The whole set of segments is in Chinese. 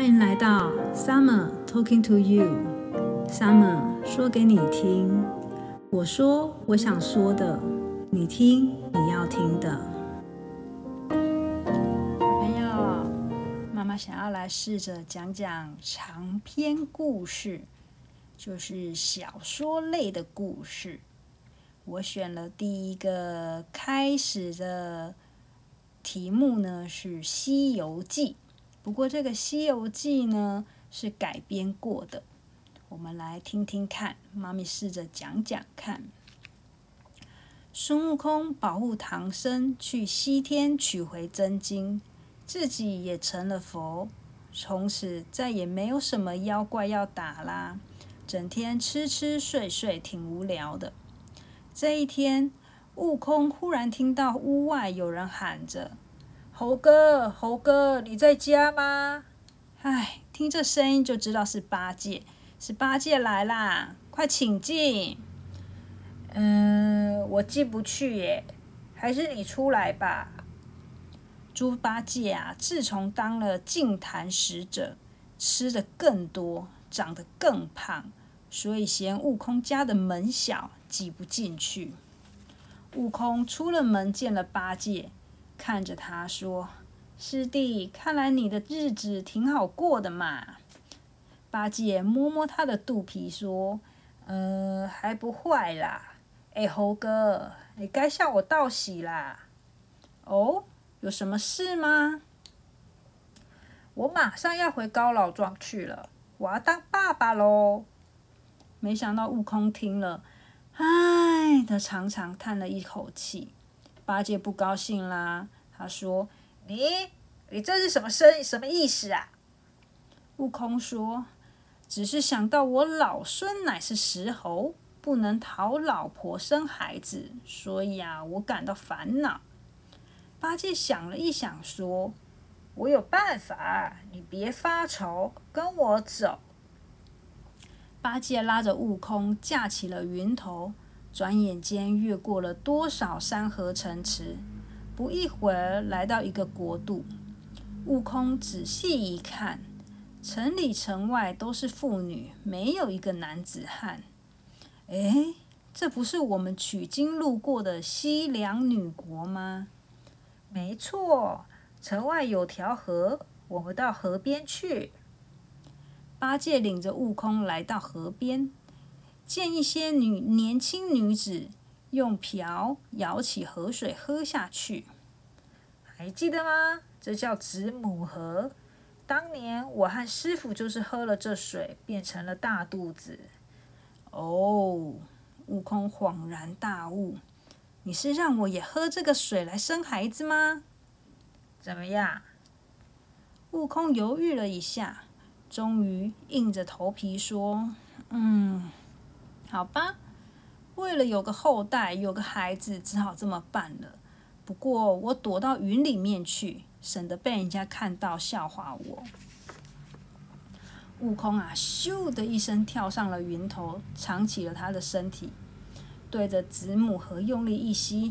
迎来到 Summer Talking to You。Summer 说给你听，我说我想说的，你听你要听的。小朋友，妈妈想要来试着讲讲长篇故事，就是小说类的故事。我选了第一个开始的题目呢是《西游记》，不过这个《西游记》呢是改编过的，我们来听听看，妈咪试着讲讲看。孙悟空保护唐僧去西天取回真经，自己也成了佛，从此再也没有什么妖怪要打啦，整天吃吃睡睡，挺无聊的。这一天，悟空忽然听到屋外有人喊着：“猴哥，猴哥，你在家吗？”哎，听这声音就知道是八戒，是八戒来啦，快请进。我进不去耶，还是你出来吧。猪八戒啊，自从当了净坛使者，吃得更多，长得更胖，所以嫌悟空家的门小，挤不进去。悟空出了门，见了八戒，看着他说：“师弟，看来你的日子挺好过的嘛。”八戒摸摸他的肚皮说：“还不坏啦。猴哥，你该向我道喜啦。”“哦，有什么事吗？”“我马上要回高老庄去了，我要当爸爸喽。”没想到悟空听了，唉的长长叹了一口气。八戒不高兴啦，他说：“你这是什么意思啊？”悟空说：“只是想到我老孙乃是石猴，不能讨老婆生孩子，所以我感到烦恼。”八戒想了一想说：“我有办法，你别发愁，跟我走。”八戒拉着悟空架起了云头，转眼间越过了多少山河城池，不一会儿来到一个国度。悟空仔细一看，城里城外都是妇女，没有一个男子汉。这不是我们取经路过的西凉女国吗？没错，城外有条河，我们到河边去。八戒领着悟空来到河边，见一些年轻女子用瓢舀起河水喝下去。还记得吗？这叫子母河。当年我和师傅就是喝了这水，变成了大肚子。哦，悟空恍然大悟，你是让我也喝这个水来生孩子吗？怎么样？悟空犹豫了一下，终于硬着头皮说：“好吧，为了有个后代，有个孩子，只好这么办了。不过我躲到云里面去，省得被人家看到笑话我。”悟空咻的一声跳上了云头，藏起了他的身体，对着子母河用力一吸，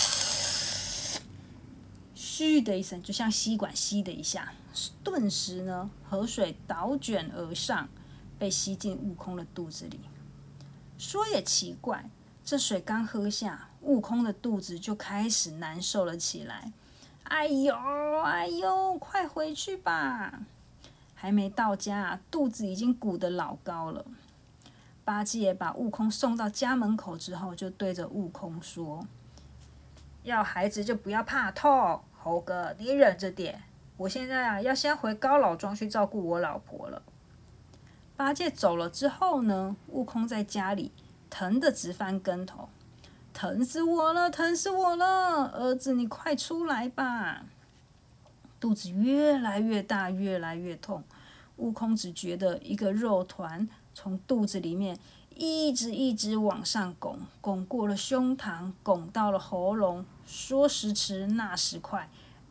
嘘的一声，就像吸管吸的一下，顿时呢，河水倒卷而上，被吸进悟空的肚子里。说也奇怪，这水刚喝下，悟空的肚子就开始难受了起来。哎呦，快回去吧！还没到家，肚子已经鼓得老高了。八戒把悟空送到家门口之后，就对着悟空说：“要孩子就不要怕痛，猴哥，你忍着点。我现在要先回高老庄去照顾我老婆了。”八戒走了之后呢，悟空在家里疼得直翻跟头，疼死我了，疼死我了！儿子，你快出来吧！肚子越来越大，越来越痛。悟空只觉得一个肉团从肚子里面一直往上拱，拱过了胸膛，拱到了喉咙，说时迟，那时快，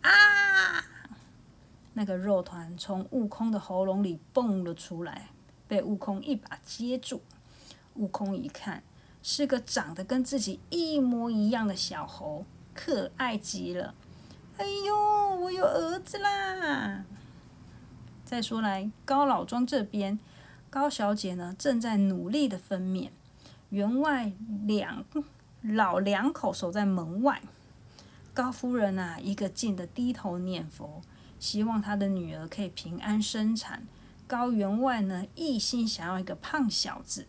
那个肉团从悟空的喉咙里蹦了出来，被悟空一把接住。悟空一看，是个长得跟自己一模一样的小猴，可爱极了。哎呦，我有儿子啦！ 再说来，高老庄这边，高小姐呢正在努力的分娩，员外老两口守在门外。高夫人啊，一个劲的低头念佛，希望她的女儿可以平安生产。高员外呢，一心想要一个胖小子。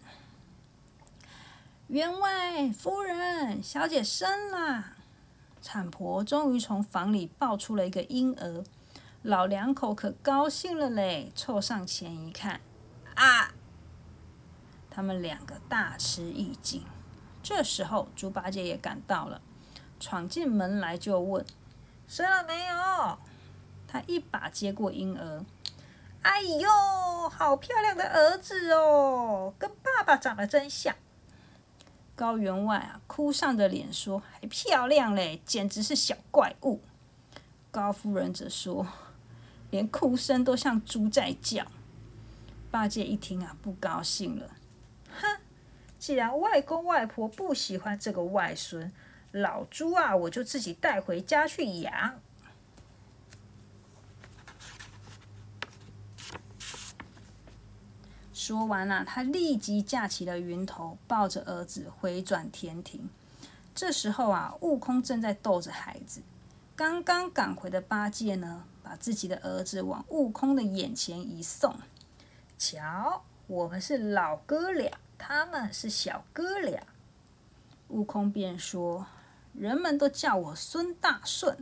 员外夫人，小姐生啦！产婆终于从房里抱出了一个婴儿，老两口可高兴了嘞，凑上前一看，啊！他们两个大吃一惊。这时候，猪八戒也赶到了，闯进门来就问：“生了没有？”他一把接过婴儿，哎呦，好漂亮的儿子哦，跟爸爸长得真像。高员外啊，哭丧着脸说：“还漂亮嘞，简直是小怪物。”高夫人则说：“连哭声都像猪在叫。”八戒一听啊，不高兴了，哼，既然外公外婆不喜欢这个外孙，老猪啊，我就自己带回家去养。说完了，他立即架起了云头，抱着儿子回转天庭。这时候啊，悟空正在逗着孩子。刚刚赶回的八戒呢，把自己的儿子往悟空的眼前一送。瞧，我们是老哥俩，他们是小哥俩。悟空便说：“人们都叫我孙大圣，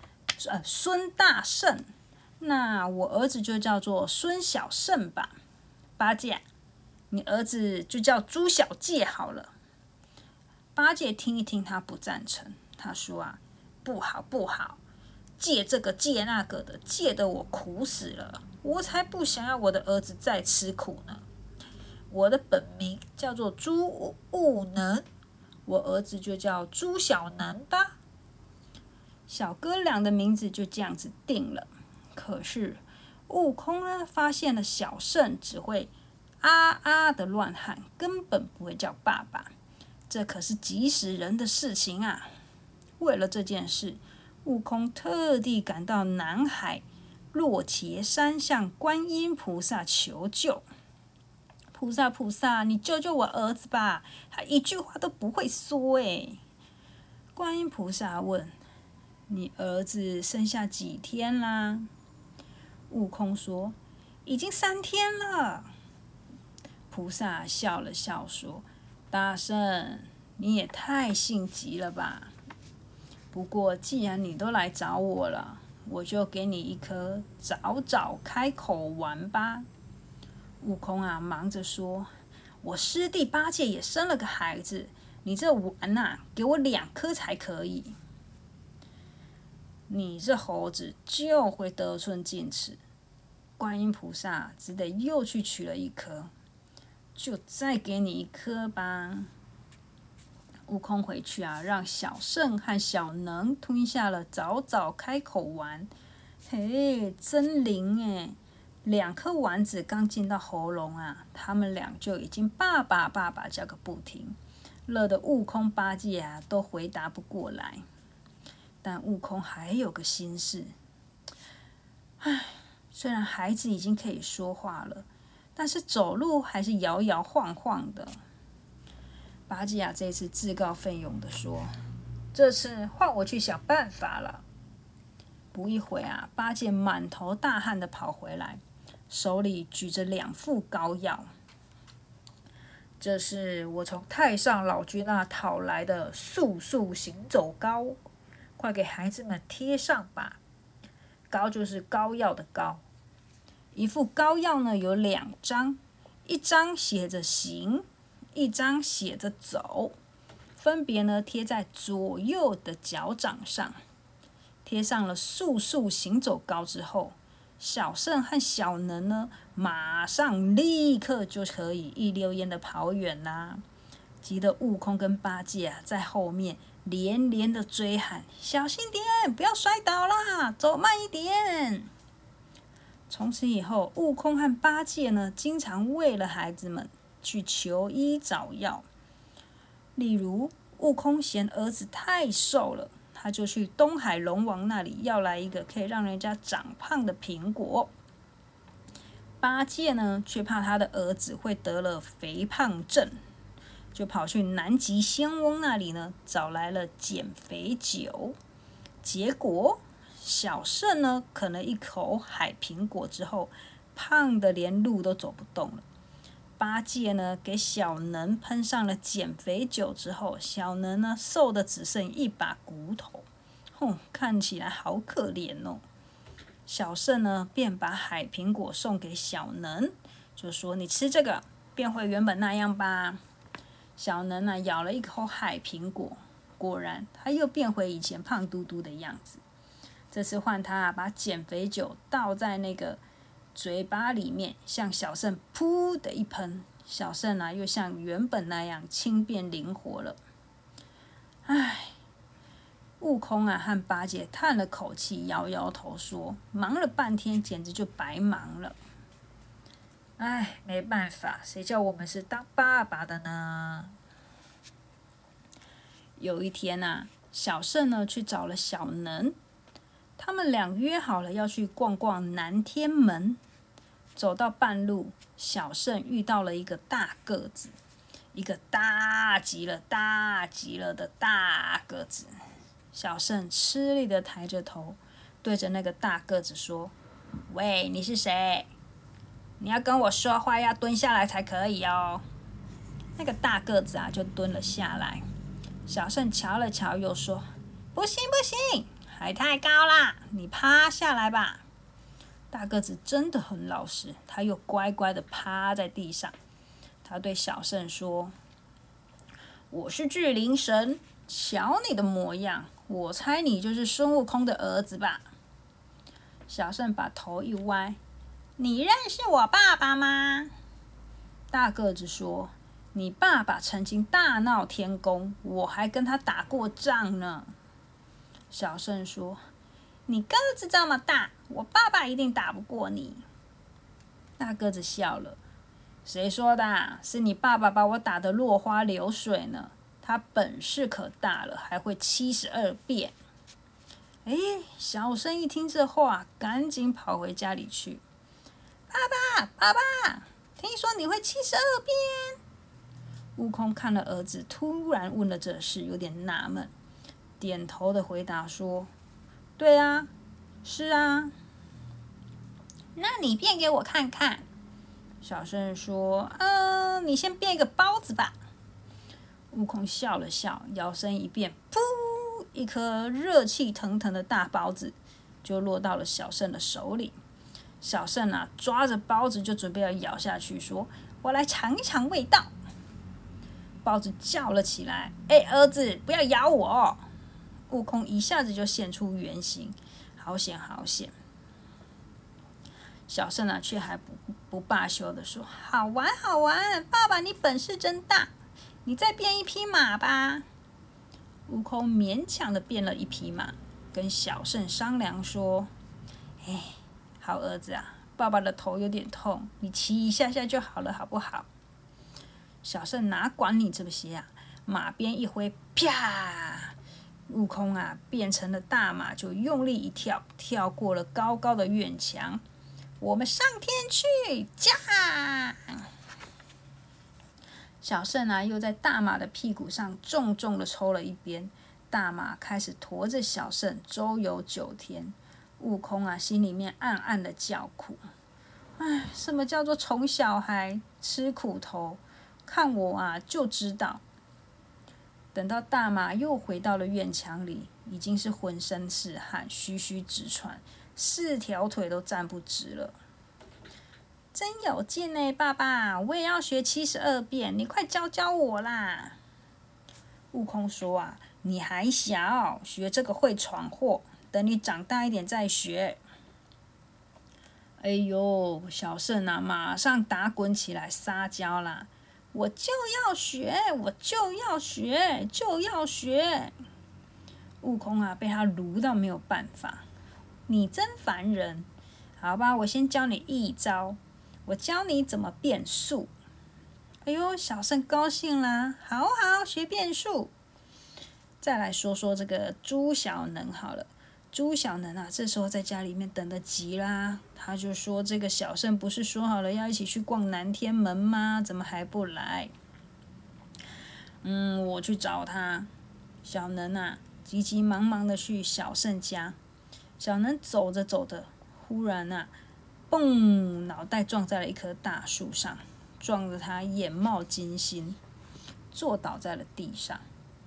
那我儿子就叫做孙小圣吧。八戒，你儿子就叫猪小戒好了。”八戒听一听，他不赞成。他说啊，不好，戒这个戒那个的，戒得我苦死了。我才不想要我的儿子再吃苦呢。我的本名叫做猪悟能，我儿子就叫猪小能吧。小哥俩的名字就这样子定了。可是悟空呢，发现了小圣只会啊啊的乱喊，根本不会叫爸爸。这可是急死人的事情啊！为了这件事，悟空特地赶到南海落茄山，向观音菩萨求救。菩萨，你救救我儿子吧！他一句话都不会说哎。观音菩萨问：“你儿子生下几天啦？”悟空说：“已经3天了。”菩萨笑了笑说：“大圣，你也太性急了吧！不过既然你都来找我了，我就给你一颗早早开口丸吧。”悟空啊，忙着说：“我师弟八戒也生了个孩子，你这丸啊，给我2颗才可以。”你这猴子就会得寸进尺。观音菩萨只得又去取了1颗，就再给你1颗吧。悟空回去啊，让小圣和小能吞下了早早开口丸。嘿，真灵哎！2颗丸子刚进到喉咙啊，他们俩就已经爸爸爸爸叫个不停，乐得悟空八戒啊都回答不过来。但悟空还有个心事，虽然孩子已经可以说话了，但是走路还是摇摇晃晃的。八戒啊，这次自告奋勇的说：“这次换我去想办法了。”不一会啊，八戒满头大汗的跑回来，手里举着2副膏药。这是我从太上老君那讨来的速速行走膏，快给孩子们贴上吧。膏就是膏药的膏。一副膏药呢有2张，一张写着行，一张写着走，分别呢贴在左右的脚掌上。贴上了速速行走膏之后，小圣和小能呢，马上立刻就可以一溜烟的跑远啦。急得悟空跟八戒啊，在后面连连的追喊：“小心点，不要摔倒啦，走慢一点。”从此以后，悟空和八戒呢，经常为了孩子们去求医找药。例如，悟空嫌儿子太瘦了，他就去东海龙王那里要来一个可以让人家长胖的苹果。 八戒呢，却怕他的儿子会得了肥胖症，就跑去南极仙翁那里呢，找来了减肥酒。结果小圣呢，啃了一口海苹果之后，胖的连路都走不动了。八戒呢，给小能喷上了减肥酒之后，小能呢，瘦的只剩一把骨头，看起来好可怜哦。小圣呢，便把海苹果送给小能，就说：“你吃这个，变回原本那样吧。”小能呢，咬了一口海苹果，果然他又变回以前胖嘟嘟的样子。这次换他把减肥酒倒在那个嘴巴里面，向小圣噗的一喷，小圣啊又像原本那样轻便灵活了。悟空啊和八戒叹了口气，摇摇头说：“忙了半天，简直就白忙了。没办法，谁叫我们是当爸爸的呢？”有一天啊，小圣呢去找了小能，他们俩约好了要去逛逛南天门。走到半路，小圣遇到了一个大个子，一个大极了的大个子。小圣吃力的抬着头，对着那个大个子说：“喂，你是谁？你要跟我说话，要蹲下来才可以哦。”那个大个子啊，就蹲了下来。小圣瞧了瞧，又说：“不行，还太高啦，你趴下来吧。”大个子真的很老实，他又乖乖的趴在地上。他对小圣说：“我是巨灵神，瞧你的模样，我猜你就是孙悟空的儿子吧？”小圣把头一歪：“你认识我爸爸吗？”大个子说：“你爸爸曾经大闹天宫，我还跟他打过仗呢。”小圣说：“你个子这么大，我爸爸一定打不过你。”大个子笑了：“谁说的？是你爸爸把我打得落花流水呢。他本事可大了，还会72变。”小圣一听这话，赶紧跑回家里去。爸爸，听说你会72变？悟空看了儿子突然问了这事，有点纳闷，点头的回答说：“对啊，是啊。”“那你变给我看看。”小圣说：“你先变一个包子吧。”悟空笑了笑，摇身一变，噗，一颗热气腾腾的大包子就落到了小圣的手里。小圣啊，抓着包子就准备要咬下去，说：“我来尝一尝味道。”包子叫了起来：“儿子，不要咬我！”悟空一下子就现出原形，好险！小圣啊，却还不罢休的说：“好玩，爸爸你本事真大，你再变一匹马吧。”悟空勉强的变了一匹马，跟小圣商量说：“好儿子啊，爸爸的头有点痛，你骑一下下就好了，好不好？”小圣哪管你这些啊，马鞭一挥，啪！悟空啊，变成了大马，就用力一跳，跳过了高高的院墙。我们上天去，驾！小圣啊，又在大马的屁股上重重的抽了一鞭，大马开始驮着小圣周游9天。悟空啊，心里面暗暗的叫苦：什么叫做宠小孩吃苦头？看我啊，就知道。等到大马又回到了院墙里，已经是浑身是汗，吁吁直喘，4条腿都站不直了。真有劲欸，爸爸，我也要学72变，你快教教我啦！悟空说啊，你还小，学这个会闯祸，等你长大一点再学。小圣啊，马上打滚起来撒娇啦！我就要学！悟空啊，被他撸到没有办法。你真烦人！好吧，我先教你一招，我教你怎么变数。小圣高兴啦，好，学变数。再来说说这个猪小能好了。 朱小能啊，这时候在家里面等得急啦，他就说：“这个小圣不是说好了要一起去逛南天门吗？怎么还不来？”我去找他。小能啊，急急忙忙的去小圣家。小能走着走着，忽然啊，嘣，脑袋撞在了一棵大树上，撞得他眼冒金星，坐倒在了地上。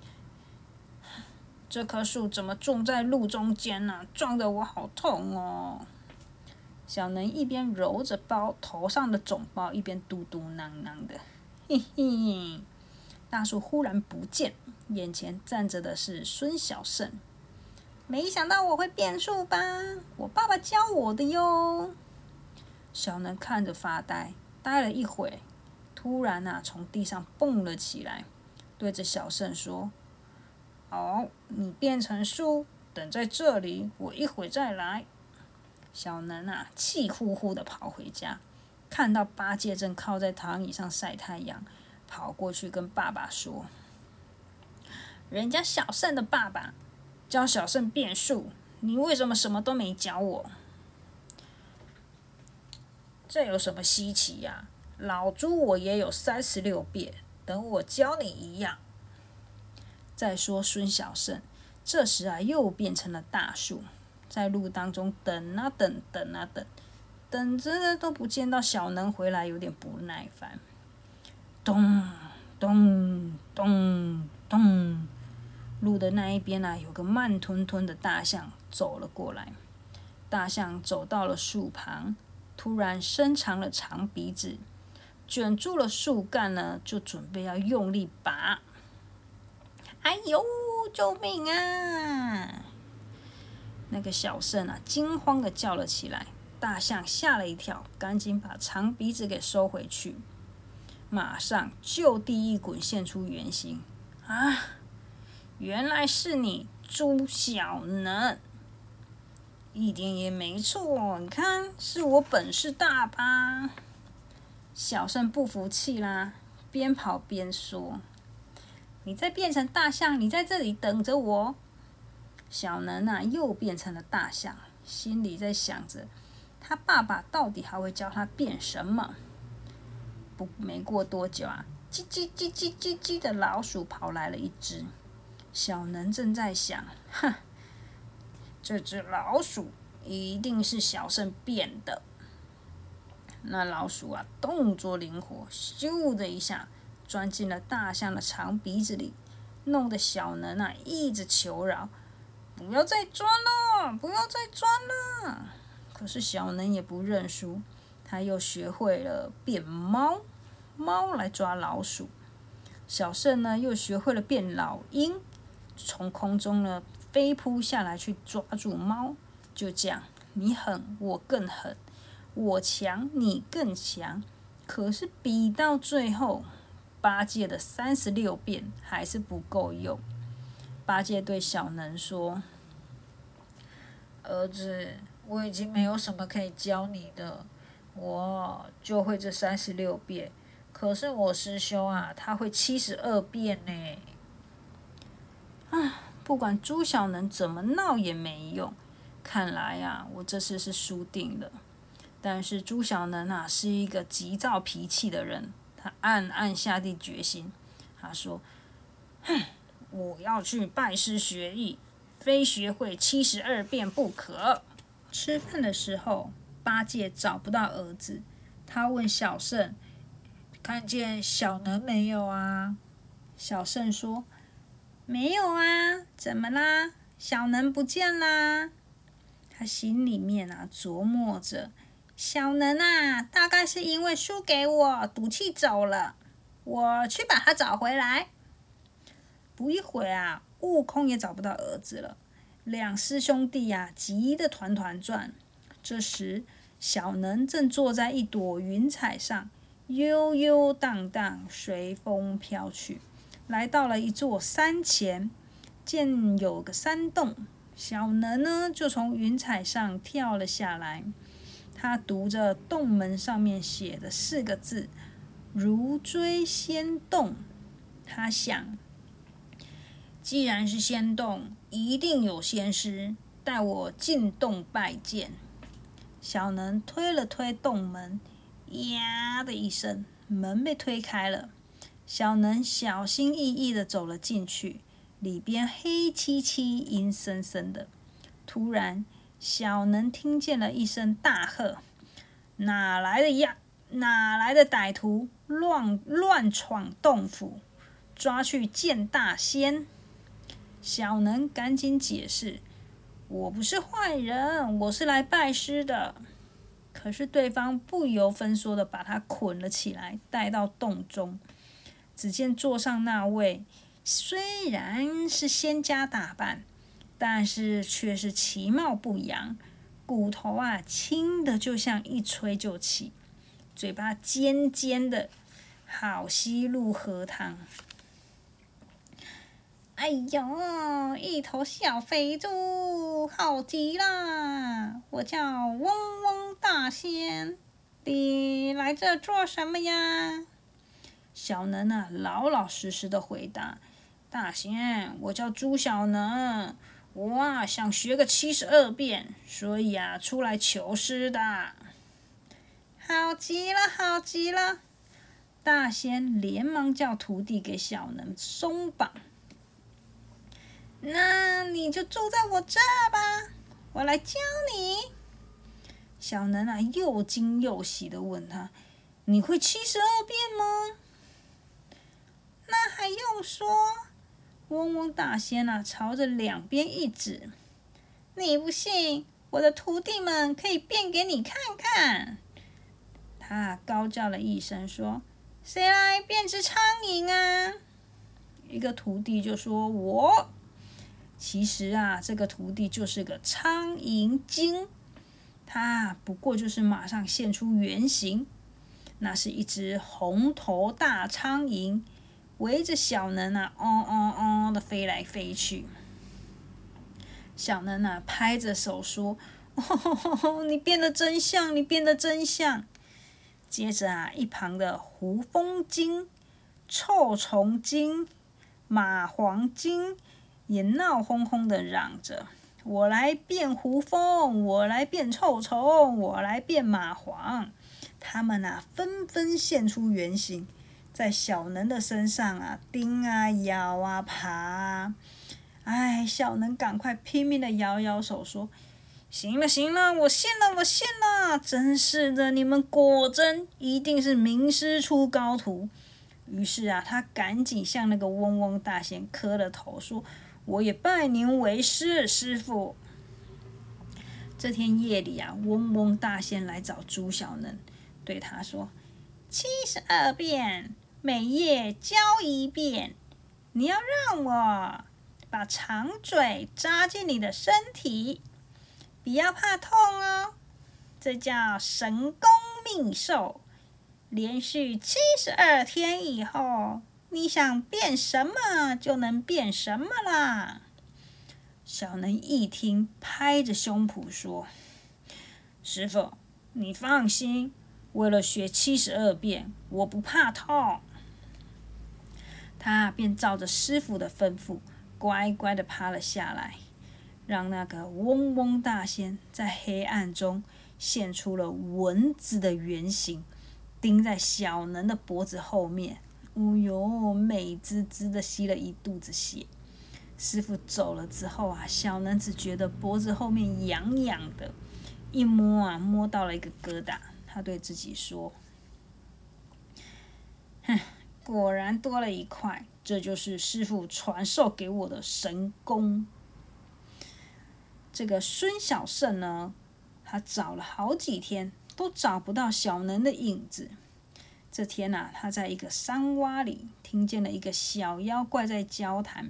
这棵树怎么种在路中间呢？撞得我好痛哦！小能一边揉着头上的肿包，一边嘟嘟囔囔的。嘿嘿，大树忽然不见，眼前站着的是孙小圣。没想到我会变树吧？我爸爸教我的哟。小能看着发呆，呆了一会，突然啊，从地上蹦了起来，对着小圣说：“好，你变成树，等在这里，我一会再来。”小能啊，气呼呼的跑回家，看到八戒正靠在躺椅上晒太阳，跑过去跟爸爸说：“人家小圣的爸爸教小圣变树，你为什么什么都没教我？”这有什么稀奇呀？老猪我也有36变，等我教你一样。再说孙小圣，这时啊又变成了大树，在路当中等啊等，等啊等，等着都不见到小能回来，有点不耐烦。咚咚咚咚，路的那一边啊，有个慢吞吞的大象走了过来。大象走到了树旁，突然伸长了长鼻子，卷住了树干呢，就准备要用力拔。哎呦，救命啊！那个小圣啊，惊慌的叫了起来。大象吓了一跳，赶紧把长鼻子给收回去。马上就地一滚，现出原形。啊，原来是你，朱小能！一点也没错，你看，是我本事大吧？小圣不服气啦，边跑边说：“你再变成大象，你在这里等着我。”小能啊，又变成了大象，心里在想着，他爸爸到底还会教他变什么？没过多久啊，叽叽叽叽叽叽的老鼠跑来了一只。小能正在想，哼，这只老鼠一定是小圣变的。那老鼠啊，动作灵活，咻的一下钻进了大象的长鼻子里，弄得小能啊一直求饶：“不要再钻了，不要再钻了！”可是小能也不认输，他又学会了变猫，猫来抓老鼠。小圣呢，又学会了变老鹰，从空中呢飞扑下来去抓住猫。就这样，你狠我更狠，我强你更强。可是比到最后，八戒的36变还是不够用。八戒对小能说：“儿子，我已经没有什么可以教你的，我就会这36变。可是我师兄啊，他会72变呢。”不管朱小能怎么闹也没用，看来啊，我这次是输定了。但是朱小能啊，是一个急躁脾气的人，他暗暗下定决心。他说：“我要去拜师学艺，非学会72变不可。”吃饭的时候，八戒找不到儿子，他问小圣：“看见小能没有啊？”小圣说：“没有啊，怎么啦？小能不见啦？”他心里面啊琢磨着，小能啊，大概是因为输给我，赌气走了。我去把他找回来。不一会啊，悟空也找不到儿子了。两师兄弟啊，急得团团转。这时，小能正坐在一朵云彩上，悠悠荡荡，随风飘去。来到了一座山前，见有个山洞，小能呢就从云彩上跳了下来。他读着洞门上面写的4个字：“如追仙洞。”他想，既然是仙洞，一定有仙师， 带我进洞拜见。小能推了推洞门，呀的一声，门被推开了。小能小心翼翼地走了进去，里边黑漆漆、阴森森的。突然，小能听见了一声大喝：“哪来的歹徒乱闯洞府，抓去见大仙！”小能赶紧解释：“我不是坏人，我是来拜师的。”可是对方不由分说的把他捆了起来，带到洞中。只见座上那位虽然是仙家打扮，但是却是其貌不扬，骨头轻的就像一吹就起，嘴巴尖尖的，好吸入荷塘。哎呦，一头小肥猪，好极啦！我叫嗡嗡大仙，你来这做什么呀？小能老老实实的回答：“大仙，我叫朱小能，我想学个72变，所以出来求师的。”好极了，好极了！大仙连忙叫徒弟给小能松绑。那你就住在我这吧，我来教你。小能又惊又喜的问他：“你会72变吗？”那还用说？嗡嗡大仙朝着两边一指：“你不信，我的徒弟们可以变给你看看。”他高叫了一声说：“谁来变只苍蝇啊？”一个徒弟就说：“我。”其实这个徒弟就是个苍蝇精，他不过就是马上现出原形，那是一只红头大苍蝇，围着小能的飞来飞去。小能拍着手说：“哦，你变得真像，你变得真像。”接着一旁的胡蜂精、臭虫精、蚂蟥精也闹哄哄的嚷着：“我来变胡蜂，我来变臭虫，我来变蚂蟥。”他们纷纷现出原形，在小能的身上叮咬爬。哎，小能赶快拼命的摇摇手说：“行了行了，我信了我信了，真是的，你们果真一定是名师出高徒。”于是他赶紧向那个嗡嗡大仙磕了头说：“我也拜您为师，师傅。”这天夜里嗡嗡大仙来找朱小能，对他说：“72变，每夜教一遍。你要让我把长嘴扎进你的身体，不要怕痛哦。这叫神功秘术。连续72天以后，你想变什么就能变什么啦。”小能一听，拍着胸脯说：“师傅，你放心，为了学72变，我不怕痛。”他便照着师傅的吩咐，乖乖的趴了下来，让那个嗡嗡大仙在黑暗中现出了蚊子的原形，钉在小能的脖子后面。哦哟，美滋滋的吸了一肚子血。师傅走了之后小能只觉得脖子后面痒痒的，一摸摸到了一个疙瘩。他对自己说：“哼，果然多了一块，这就是师傅传授给我的神功。”这个孙小圣呢，他找了好几天都找不到小能的影子。这天他在一个山洼里听见了一个小妖怪在交谈。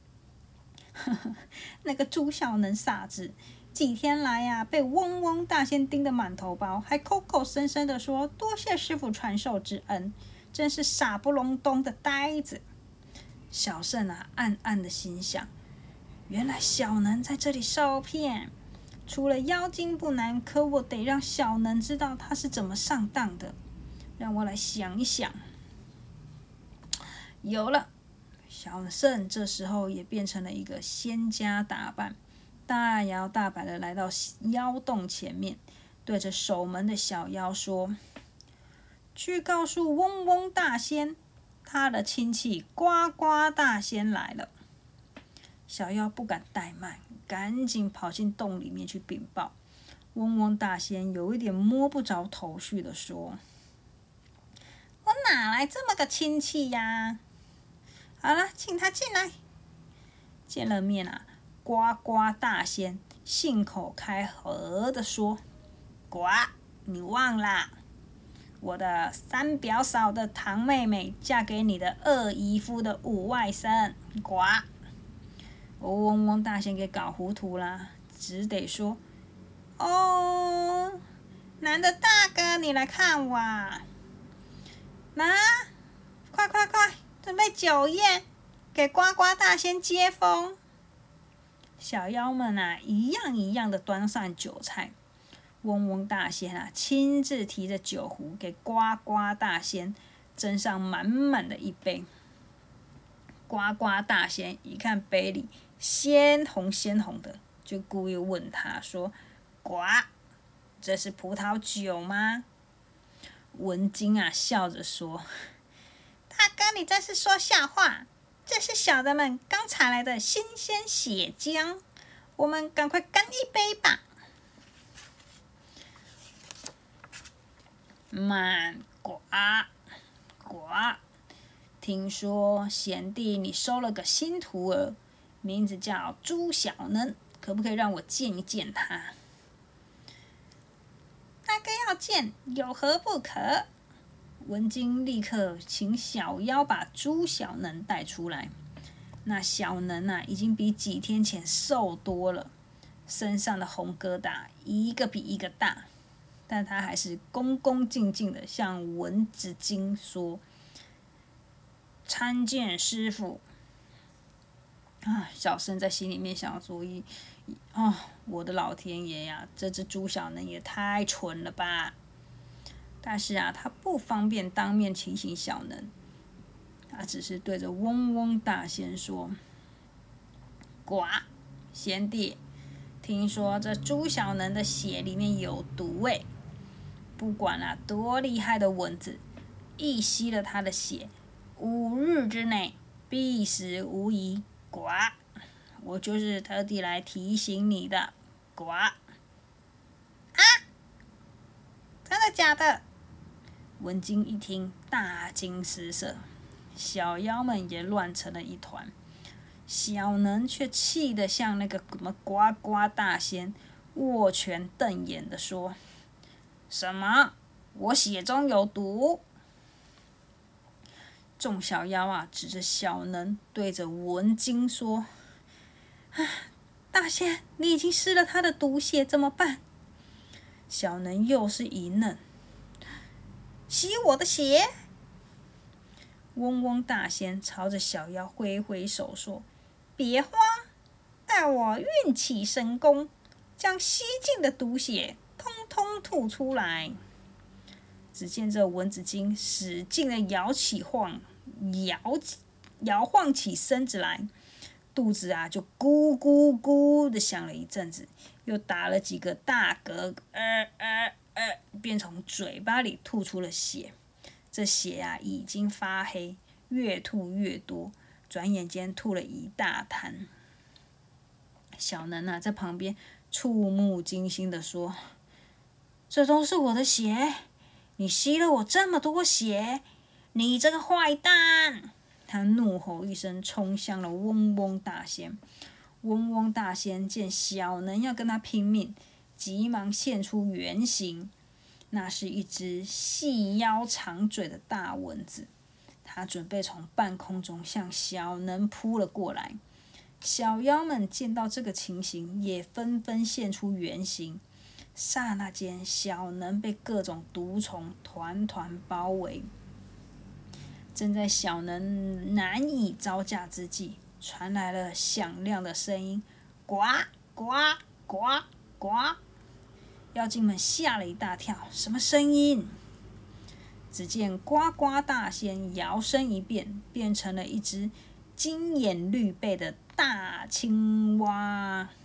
那个朱小能傻子，几天来被嗡嗡大仙盯得满头包，还口口声声的说多谢师傅传授之恩，真是傻不隆咚的呆子。小圣暗暗的心想，原来小能在这里受骗，除了妖精不难，可我得让小能知道他是怎么上当的。让我来想一想。有了，小圣这时候也变成了一个仙家打扮， 大摇大摆的来到妖洞前面，对着守门的小妖说：“去告诉嗡嗡大仙，他的亲戚呱呱大仙来了。”小妖不敢怠慢，赶紧跑进洞里面去禀报。嗡嗡大仙有一点摸不着头绪的说：“我哪来这么个亲戚呀？好了，请他进来。”见了面啊，呱呱大仙信口开河的说：“呱，你忘啦？我的三表嫂的堂妹妹嫁给你的二姨夫的五外甥，呱！”嗡嗡大仙给搞糊涂啦，只得说：“哦，男的大哥，你来看我啊！快快快，准备酒宴，给呱呱大仙接风。”小妖们啊，一样一样的端上酒菜。嗡嗡大仙啊，亲自提着酒壶给呱呱大仙斟上满满的一杯。呱呱大仙一看杯里鲜红鲜红的，就故意问他说：“呱，这是葡萄酒吗？”文金啊笑着说：“大哥，你这是说笑话，这是小的们刚采来的新鲜血浆，我们赶快干一杯吧。”慢，呱呱，听说贤弟你收了个新徒儿，名字叫朱小能，可不可以让我见一见他？大哥要见，有何不可？文金立刻请小妖把朱小能带出来。那小能啊，已经比几天前瘦多了，身上的红疙瘩一个比一个大，但他还是恭恭敬敬的向文子金说：“参见师傅。”小生在心里面想说：“我的老天爷呀，这只朱小能也太蠢了吧！”但是啊，他不方便当面提醒小能，他只是对着嗡嗡大仙说：“呱，贤弟，听说这朱小能的血里面有毒味，不管多厉害的蚊子，一吸了他的血，5日之内必死无疑。呱，我就是特地来提醒你的。呱！”真的假的？文金一听，大惊失色，小妖们也乱成了一团。小能却气得像那个什么呱呱大仙，握拳瞪眼的说：“什么？我血中有毒？”众小妖啊，指着小能，对着文金说：“大仙，你已经失了他的毒血，怎么办？”小能又是一愣：“吸我的血！”嗡嗡大仙朝着小妖挥挥手说：“别慌，待我运起神功，将吸进的毒血通通吐出来。”只见这蚊子精使劲的摇晃起身子来，肚子啊就咕咕咕的响了一阵子，又打了几个大嗝，便从嘴巴里吐出了血。这血啊已经发黑，越吐越多，转眼间吐了一大滩。小能啊在旁边触目惊心的说：“这都是我的血，你吸了我这么多血，你这个坏蛋！”他怒吼一声，冲向了嗡嗡大仙。嗡嗡大仙见小能要跟他拼命，急忙现出原形。那是一只细腰长嘴的大蚊子，它准备从半空中向小能扑了过来。小妖们见到这个情形，也纷纷现出原形。刹那间，小能被各种毒虫团团包围。正在小能难以招架之际，传来了响亮的声音：“呱呱呱呱！”妖精们吓了一大跳，什么声音？只见呱呱大仙摇身一变，变成了一只金眼绿背的大青蛙。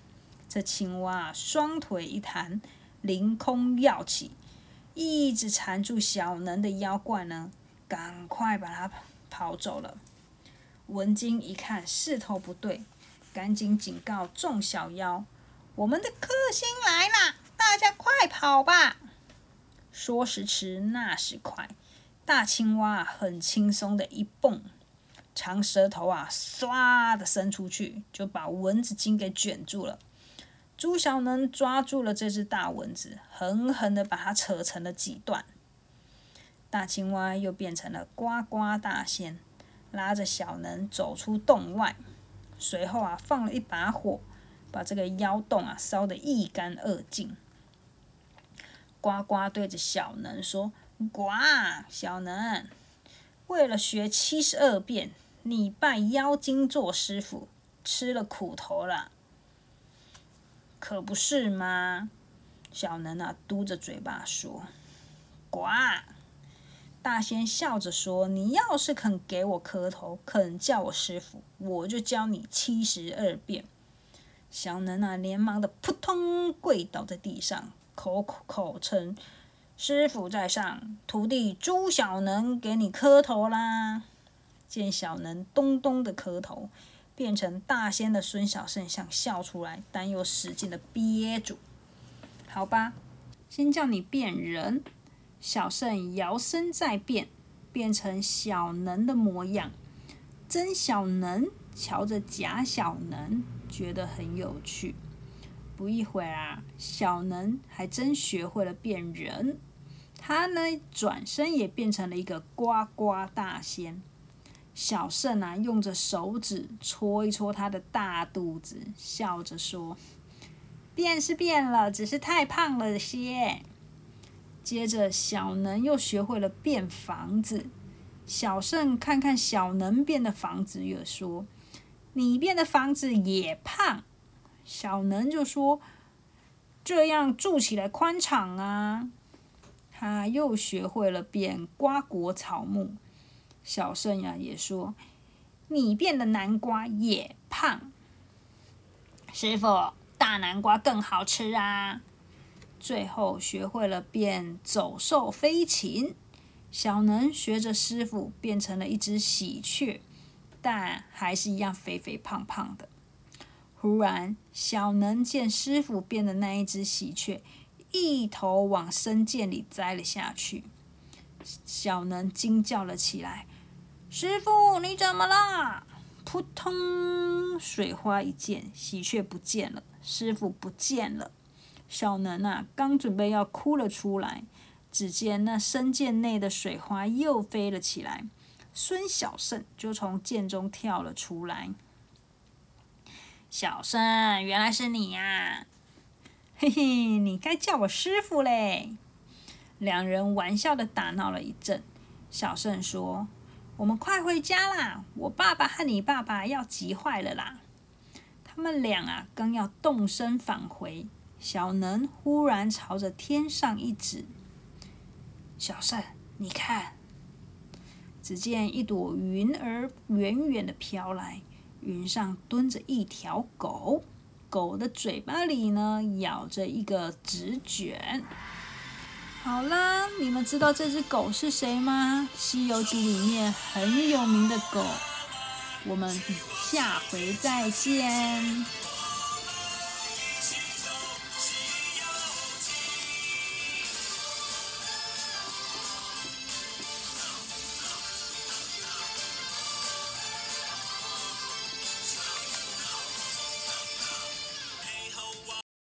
这青蛙双腿一弹，凌空跃起，一直缠住小能的腰冠呢，赶快把它跑走了。文金一看势头不对，赶紧警告众小妖：“我们的克星来啦，大家快跑吧！”说时迟，那时快，大青蛙很轻松的一蹦，长舌头唰的伸出去，就把蚊子精给卷住了。猪小能抓住了这只大蚊子，狠狠的把它扯成了几段。大青蛙又变成了呱呱大仙，拉着小能走出洞外，随后放了一把火，把这个妖洞烧得一干二净。呱呱对着小能说：“呱，小能，为了学72变，你拜妖精做师傅，吃了苦头了，可不是吗？”小能嘟着嘴巴说：“呱。”大仙笑着说：“你要是肯给我磕头，肯叫我师傅，我就教你72变。”小能连忙的扑通跪倒在地上，口称：“师傅在上，徒弟猪小能给你磕头啦。”见小能咚咚的磕头，变成大仙的孙小圣想笑出来，但又使劲的憋住。好吧，先叫你变人。小圣摇身再变，变成小能的模样。真小能瞧着假小能，觉得很有趣。不一会儿小能还真学会了变人。他呢，转身也变成了一个呱呱大仙。小圣用着手指戳一戳他的大肚子，笑着说：“变是变了，只是太胖了些。”接着小能又学会了变房子。小圣看看小能变的房子，又说：“你变的房子也胖。”小能就说：“这样住起来宽敞啊。”他又学会了变瓜果草木。小圣也说：“你变的南瓜也胖。”师傅，大南瓜更好吃啊。最后学会了变走兽飞禽。小能学着师傅变成了一只喜鹊，但还是一样肥肥胖胖的。忽然，小能见师傅变的那一只喜鹊一头往深涧里栽了下去。小能惊叫了起来：“师傅，你怎么了？”扑通，水花一溅，喜鹊不见了，师傅不见了。小能刚准备要哭了出来，只见那深涧内的水花又飞了起来，孙小圣就从涧中跳了出来。“小圣，原来是你呀！”“嘿嘿，你该叫我师傅嘞。”两人玩笑的打闹了一阵。小圣说：“我们快回家啦，我爸爸和你爸爸要急坏了啦。”他们俩刚要动身返回，小能忽然朝着天上一指：“小圣，你看！”只见一朵云儿远远的飘来，云上蹲着一条狗，狗的嘴巴里呢咬着一个纸卷。好啦，你们知道这只狗是谁吗？《西游记》里面很有名的狗。我们下回再见。